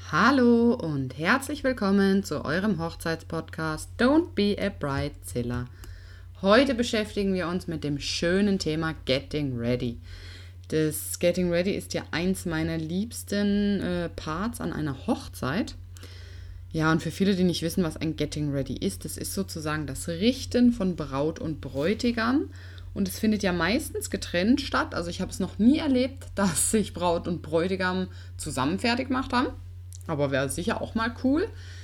Hallo und herzlich willkommen zu eurem Hochzeitspodcast Don't Be a Bridezilla. Heute beschäftigen wir uns mit dem schönen Thema Getting Ready. Das Getting Ready ist ja eins meiner liebsten Parts an einer Hochzeit. Ja, und für viele, die nicht wissen, was ein Getting Ready ist, das ist sozusagen das Richten von Braut und Bräutigam. Und es findet ja meistens getrennt statt. Also ich habe es noch nie erlebt, dass sich Braut und Bräutigam zusammen fertig gemacht haben. Aber wäre sicher auch mal cool.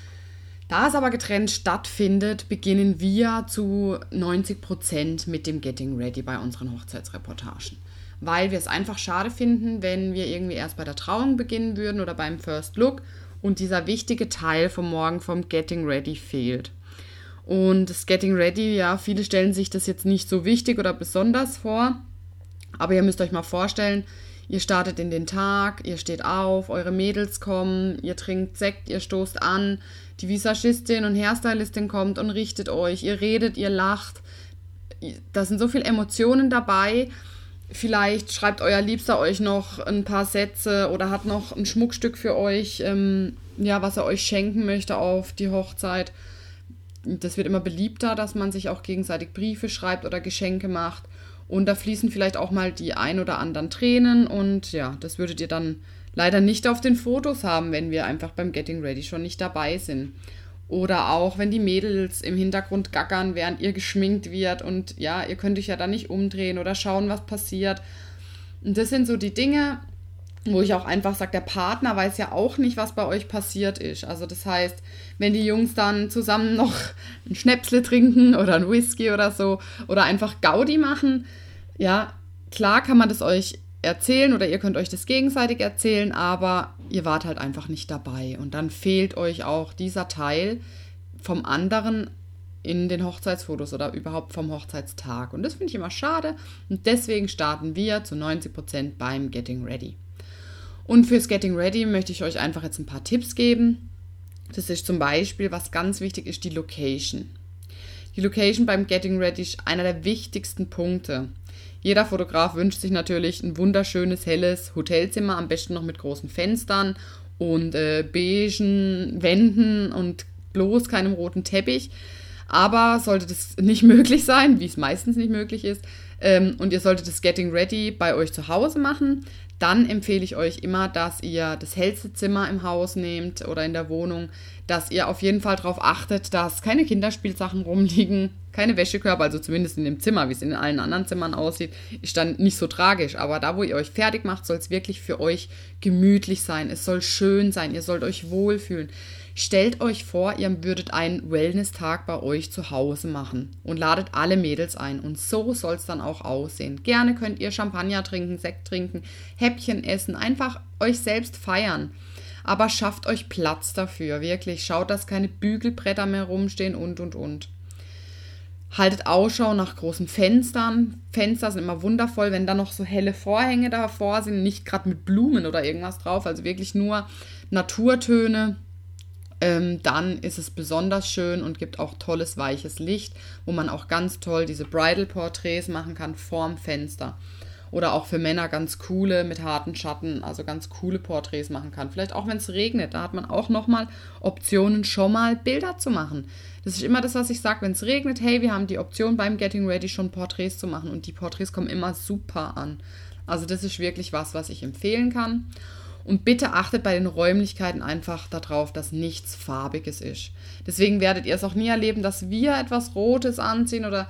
Da es aber getrennt stattfindet, beginnen wir zu 90% mit dem Getting Ready bei unseren Hochzeitsreportagen. Weil wir es einfach schade finden, wenn wir irgendwie erst bei der Trauung beginnen würden oder beim First Look und dieser wichtige Teil vom Morgen vom Getting Ready fehlt. Und das Getting Ready, ja, viele stellen sich das jetzt nicht so wichtig oder besonders vor. Aber ihr müsst euch mal vorstellen, ihr startet in den Tag, ihr steht auf, eure Mädels kommen, ihr trinkt Sekt, ihr stoßt an, die Visagistin und Hairstylistin kommt und richtet euch, ihr redet, ihr lacht. Da sind so viele Emotionen dabei. Vielleicht schreibt euer Liebster euch noch ein paar Sätze oder hat noch ein Schmuckstück für euch, was er euch schenken möchte auf die Hochzeit. Das wird immer beliebter, dass man sich auch gegenseitig Briefe schreibt oder Geschenke macht. Und da fließen vielleicht auch mal die ein oder anderen Tränen. Und ja, das würdet ihr dann leider nicht auf den Fotos haben, wenn wir einfach beim Getting Ready schon nicht dabei sind. Oder auch, wenn die Mädels im Hintergrund gackern, während ihr geschminkt wird. Und ja, ihr könnt euch ja dann nicht umdrehen oder schauen, was passiert. Und das sind so die Dinge, wo ich auch einfach sage, der Partner weiß ja auch nicht, was bei euch passiert ist. Also das heißt, wenn die Jungs dann zusammen noch ein Schnäpsle trinken oder ein Whisky oder so oder einfach Gaudi machen, ja, klar kann man das euch erzählen oder ihr könnt euch das gegenseitig erzählen, aber ihr wart halt einfach nicht dabei. Und dann fehlt euch auch dieser Teil vom anderen in den Hochzeitsfotos oder überhaupt vom Hochzeitstag. Und das finde ich immer schade und deswegen starten wir zu 90% beim Getting Ready. Und fürs Getting Ready möchte ich euch einfach jetzt ein paar Tipps geben. Das ist zum Beispiel, was ganz wichtig ist, die Location. Die Location beim Getting Ready ist einer der wichtigsten Punkte. Jeder Fotograf wünscht sich natürlich ein wunderschönes, helles Hotelzimmer, am besten noch mit großen Fenstern und beigen Wänden und bloß keinem roten Teppich. Aber sollte das nicht möglich sein, wie es meistens nicht möglich ist, und ihr solltet das Getting Ready bei euch zu Hause machen, dann empfehle ich euch immer, dass ihr das hellste Zimmer im Haus nehmt oder in der Wohnung, dass ihr auf jeden Fall darauf achtet, dass keine Kinderspielsachen rumliegen, keine Wäschekörper, also zumindest in dem Zimmer, wie es in allen anderen Zimmern aussieht, ist dann nicht so tragisch. Aber da, wo ihr euch fertig macht, soll es wirklich für euch gemütlich sein. Es soll schön sein, ihr sollt euch wohlfühlen. Stellt euch vor, ihr würdet einen Wellness-Tag bei euch zu Hause machen und ladet alle Mädels ein. Und so soll es dann auch aussehen. Gerne könnt ihr Champagner trinken, Sekt trinken, Häppchen essen, einfach euch selbst feiern. Aber schafft euch Platz dafür, wirklich. Schaut, dass keine Bügelbretter mehr rumstehen und. Haltet Ausschau nach großen Fenstern. Fenster sind immer wundervoll, wenn da noch so helle Vorhänge davor sind, nicht gerade mit Blumen oder irgendwas drauf, also wirklich nur Naturtöne. Dann ist es besonders schön und gibt auch tolles, weiches Licht, wo man auch ganz toll diese Bridal-Porträts machen kann vorm Fenster. Oder auch für Männer ganz coole, mit harten Schatten, also ganz coole Porträts machen kann. Vielleicht auch, wenn es regnet, da hat man auch nochmal Optionen, schon mal Bilder zu machen. Das ist immer das, was ich sage, wenn es regnet, hey, wir haben die Option beim Getting Ready schon Porträts zu machen und die Porträts kommen immer super an. Also das ist wirklich was ich empfehlen kann. Und bitte achtet bei den Räumlichkeiten einfach darauf, dass nichts Farbiges ist. Deswegen werdet ihr es auch nie erleben, dass wir etwas Rotes anziehen oder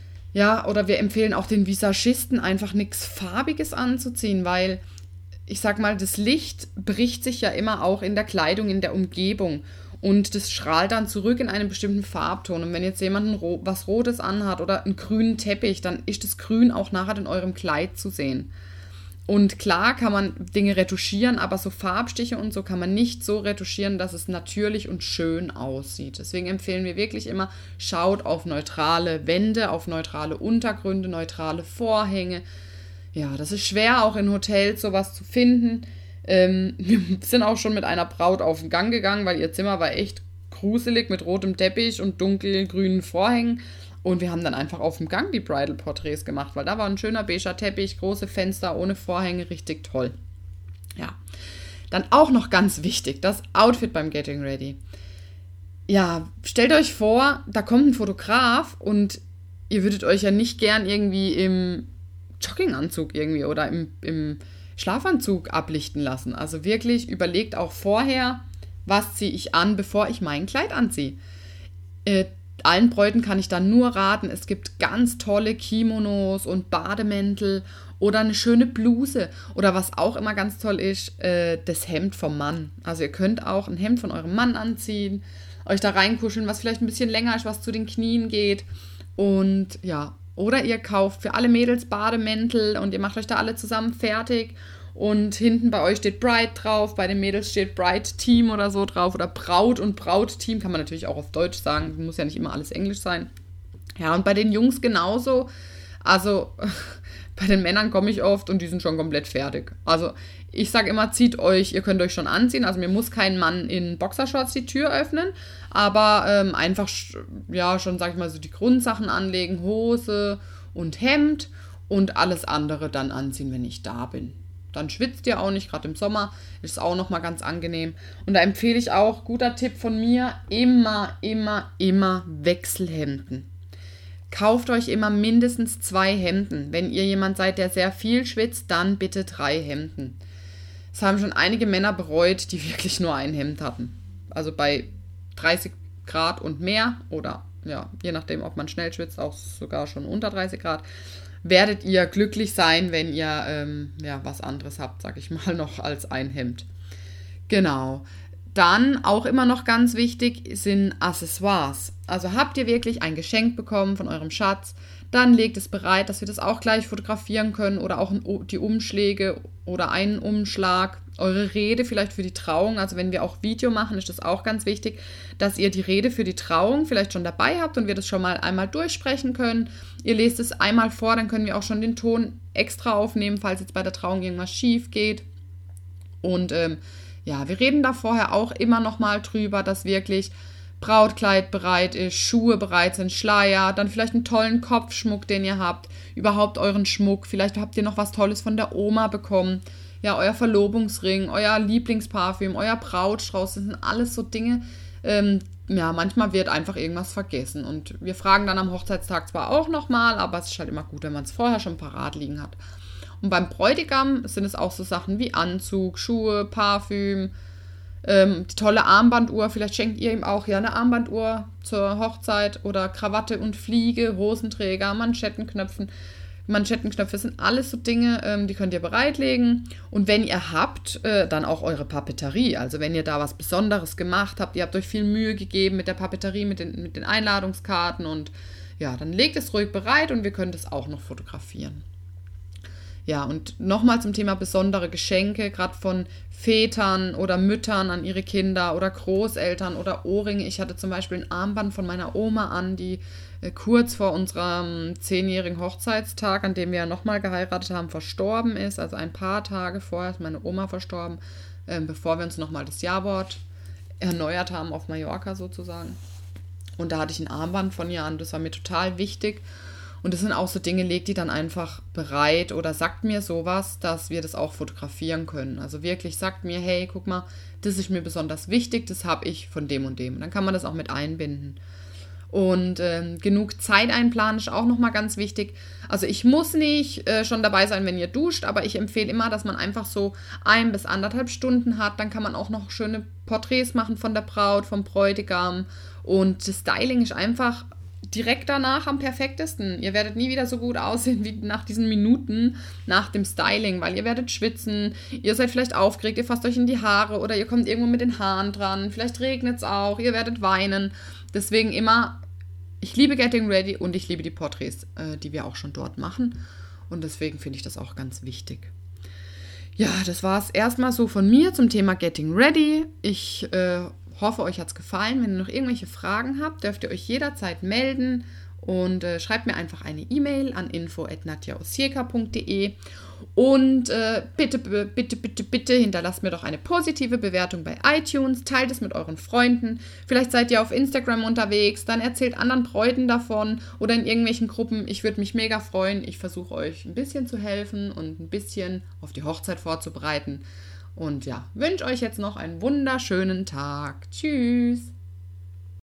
wir empfehlen auch den Visagisten einfach nichts Farbiges anzuziehen, weil, ich sag mal, das Licht bricht sich ja immer auch in der Kleidung, in der Umgebung und das strahlt dann zurück in einen bestimmten Farbton. Und wenn jetzt jemand was Rotes anhat oder einen grünen Teppich, dann ist das Grün auch nachher in eurem Kleid zu sehen. Und klar kann man Dinge retuschieren, aber so Farbstiche und so kann man nicht so retuschieren, dass es natürlich und schön aussieht. Deswegen empfehlen wir wirklich immer, schaut auf neutrale Wände, auf neutrale Untergründe, neutrale Vorhänge. Ja, das ist schwer, auch in Hotels sowas zu finden. Wir sind auch schon mit einer Braut auf den Gang gegangen, weil ihr Zimmer war echt gruselig mit rotem Teppich und dunkelgrünen Vorhängen. Und wir haben dann einfach auf dem Gang die Bridal-Porträts gemacht, weil da war ein schöner beiger Teppich, große Fenster ohne Vorhänge, richtig toll. Ja. Dann auch noch ganz wichtig, das Outfit beim Getting Ready. Ja, stellt euch vor, da kommt ein Fotograf und ihr würdet euch ja nicht gern irgendwie im Jogginganzug irgendwie oder im Schlafanzug ablichten lassen. Also wirklich überlegt auch vorher, was ziehe ich an, bevor ich mein Kleid anziehe. Allen Bräuten kann ich dann nur raten, es gibt ganz tolle Kimonos und Bademäntel oder eine schöne Bluse oder was auch immer ganz toll ist, das Hemd vom Mann. Also ihr könnt auch ein Hemd von eurem Mann anziehen, euch da reinkuscheln, was vielleicht ein bisschen länger ist, was zu den Knien geht und ja, oder ihr kauft für alle Mädels Bademäntel und ihr macht euch da alle zusammen fertig und hinten bei euch steht Bride drauf, bei den Mädels steht Bride Team oder so drauf oder Braut und Brautteam, kann man natürlich auch auf Deutsch sagen, muss ja nicht immer alles Englisch sein. Ja, und bei den Jungs genauso, also bei den Männern komme ich oft und die sind schon komplett fertig. Also ich sage immer, zieht euch, ihr könnt euch schon anziehen, also mir muss kein Mann in Boxershorts die Tür öffnen, aber einfach, ja, schon, sag ich mal, so die Grundsachen anlegen, Hose und Hemd und alles andere dann anziehen, wenn ich da bin. Dann schwitzt ihr auch nicht, gerade im Sommer ist es auch nochmal ganz angenehm. Und da empfehle ich auch, guter Tipp von mir, immer Wechselhemden. Kauft euch immer mindestens 2 Hemden. Wenn ihr jemand seid, der sehr viel schwitzt, dann bitte 3 Hemden. Das haben schon einige Männer bereut, die wirklich nur ein Hemd hatten. Also bei 30 Grad und mehr oder ja, je nachdem, ob man schnell schwitzt, auch sogar schon unter 30 Grad, werdet ihr glücklich sein, wenn ihr was anderes habt, sag ich mal, noch als ein Hemd. Genau. Dann auch immer noch ganz wichtig sind Accessoires. Also habt ihr wirklich ein Geschenk bekommen von eurem Schatz, dann legt es bereit, dass wir das auch gleich fotografieren können oder auch die Umschläge oder einen Umschlag. Eure Rede vielleicht für die Trauung, also wenn wir auch Video machen, ist das auch ganz wichtig, dass ihr die Rede für die Trauung vielleicht schon dabei habt und wir das schon mal einmal durchsprechen können. Ihr lest es einmal vor, dann können wir auch schon den Ton extra aufnehmen, falls jetzt bei der Trauung irgendwas schief geht. Und wir reden da vorher auch immer noch mal drüber, dass wirklich Brautkleid bereit ist, Schuhe bereit sind, Schleier, dann vielleicht einen tollen Kopfschmuck, den ihr habt, überhaupt euren Schmuck, vielleicht habt ihr noch was Tolles von der Oma bekommen, ja, euer Verlobungsring, euer Lieblingsparfüm, euer Brautstrauß, das sind alles so Dinge, manchmal wird einfach irgendwas vergessen und wir fragen dann am Hochzeitstag zwar auch nochmal, aber es ist halt immer gut, wenn man es vorher schon parat liegen hat. Und beim Bräutigam sind es auch so Sachen wie Anzug, Schuhe, Parfüm, die tolle Armbanduhr, vielleicht schenkt ihr ihm auch ja eine Armbanduhr zur Hochzeit oder Krawatte und Fliege, Hosenträger, Manschettenknöpfe sind alles so Dinge, die könnt ihr bereitlegen und wenn ihr habt, dann auch eure Papeterie, also wenn ihr da was Besonderes gemacht habt, ihr habt euch viel Mühe gegeben mit der Papeterie, mit den Einladungskarten und ja, dann legt es ruhig bereit und wir können das auch noch fotografieren. Ja, und nochmal zum Thema besondere Geschenke, gerade von Vätern oder Müttern an ihre Kinder oder Großeltern oder Ohrringe. Ich hatte zum Beispiel ein Armband von meiner Oma an, die kurz vor unserem 10-jährigen Hochzeitstag, an dem wir nochmal geheiratet haben, verstorben ist. Also ein paar Tage vorher ist meine Oma verstorben, bevor wir uns nochmal das Jawort erneuert haben auf Mallorca sozusagen. Und da hatte ich ein Armband von ihr an, das war mir total wichtig. Und das sind auch so Dinge, legt die dann einfach bereit oder sagt mir sowas, dass wir das auch fotografieren können. Also wirklich sagt mir, hey, guck mal, das ist mir besonders wichtig, das habe ich von dem und dem. Und dann kann man das auch mit einbinden. Und genug Zeit einplanen ist auch nochmal ganz wichtig. Also ich muss nicht schon dabei sein, wenn ihr duscht, aber ich empfehle immer, dass man einfach so 1 bis 1,5 Stunden hat. Dann kann man auch noch schöne Porträts machen von der Braut, vom Bräutigam. Und das Styling ist einfach direkt danach am perfektesten. Ihr werdet nie wieder so gut aussehen wie nach diesen Minuten nach dem Styling, weil ihr werdet schwitzen, ihr seid vielleicht aufgeregt, ihr fasst euch in die Haare oder ihr kommt irgendwo mit den Haaren dran, vielleicht regnet es auch, ihr werdet weinen. Deswegen immer, ich liebe Getting Ready und ich liebe die Porträts, die wir auch schon dort machen und deswegen finde ich das auch ganz wichtig. Ja, das war es erstmal so von mir zum Thema Getting Ready. Ich hoffe, euch hat es gefallen. Wenn ihr noch irgendwelche Fragen habt, dürft ihr euch jederzeit melden und schreibt mir einfach eine E-Mail an info@nadjaosieka.de und bitte hinterlasst mir doch eine positive Bewertung bei iTunes, teilt es mit euren Freunden, vielleicht seid ihr auf Instagram unterwegs, dann erzählt anderen Bräuten davon oder in irgendwelchen Gruppen. Ich würde mich mega freuen. Ich versuche euch ein bisschen zu helfen und ein bisschen auf die Hochzeit vorzubereiten. Und ja, wünsche euch jetzt noch einen wunderschönen Tag. Tschüss!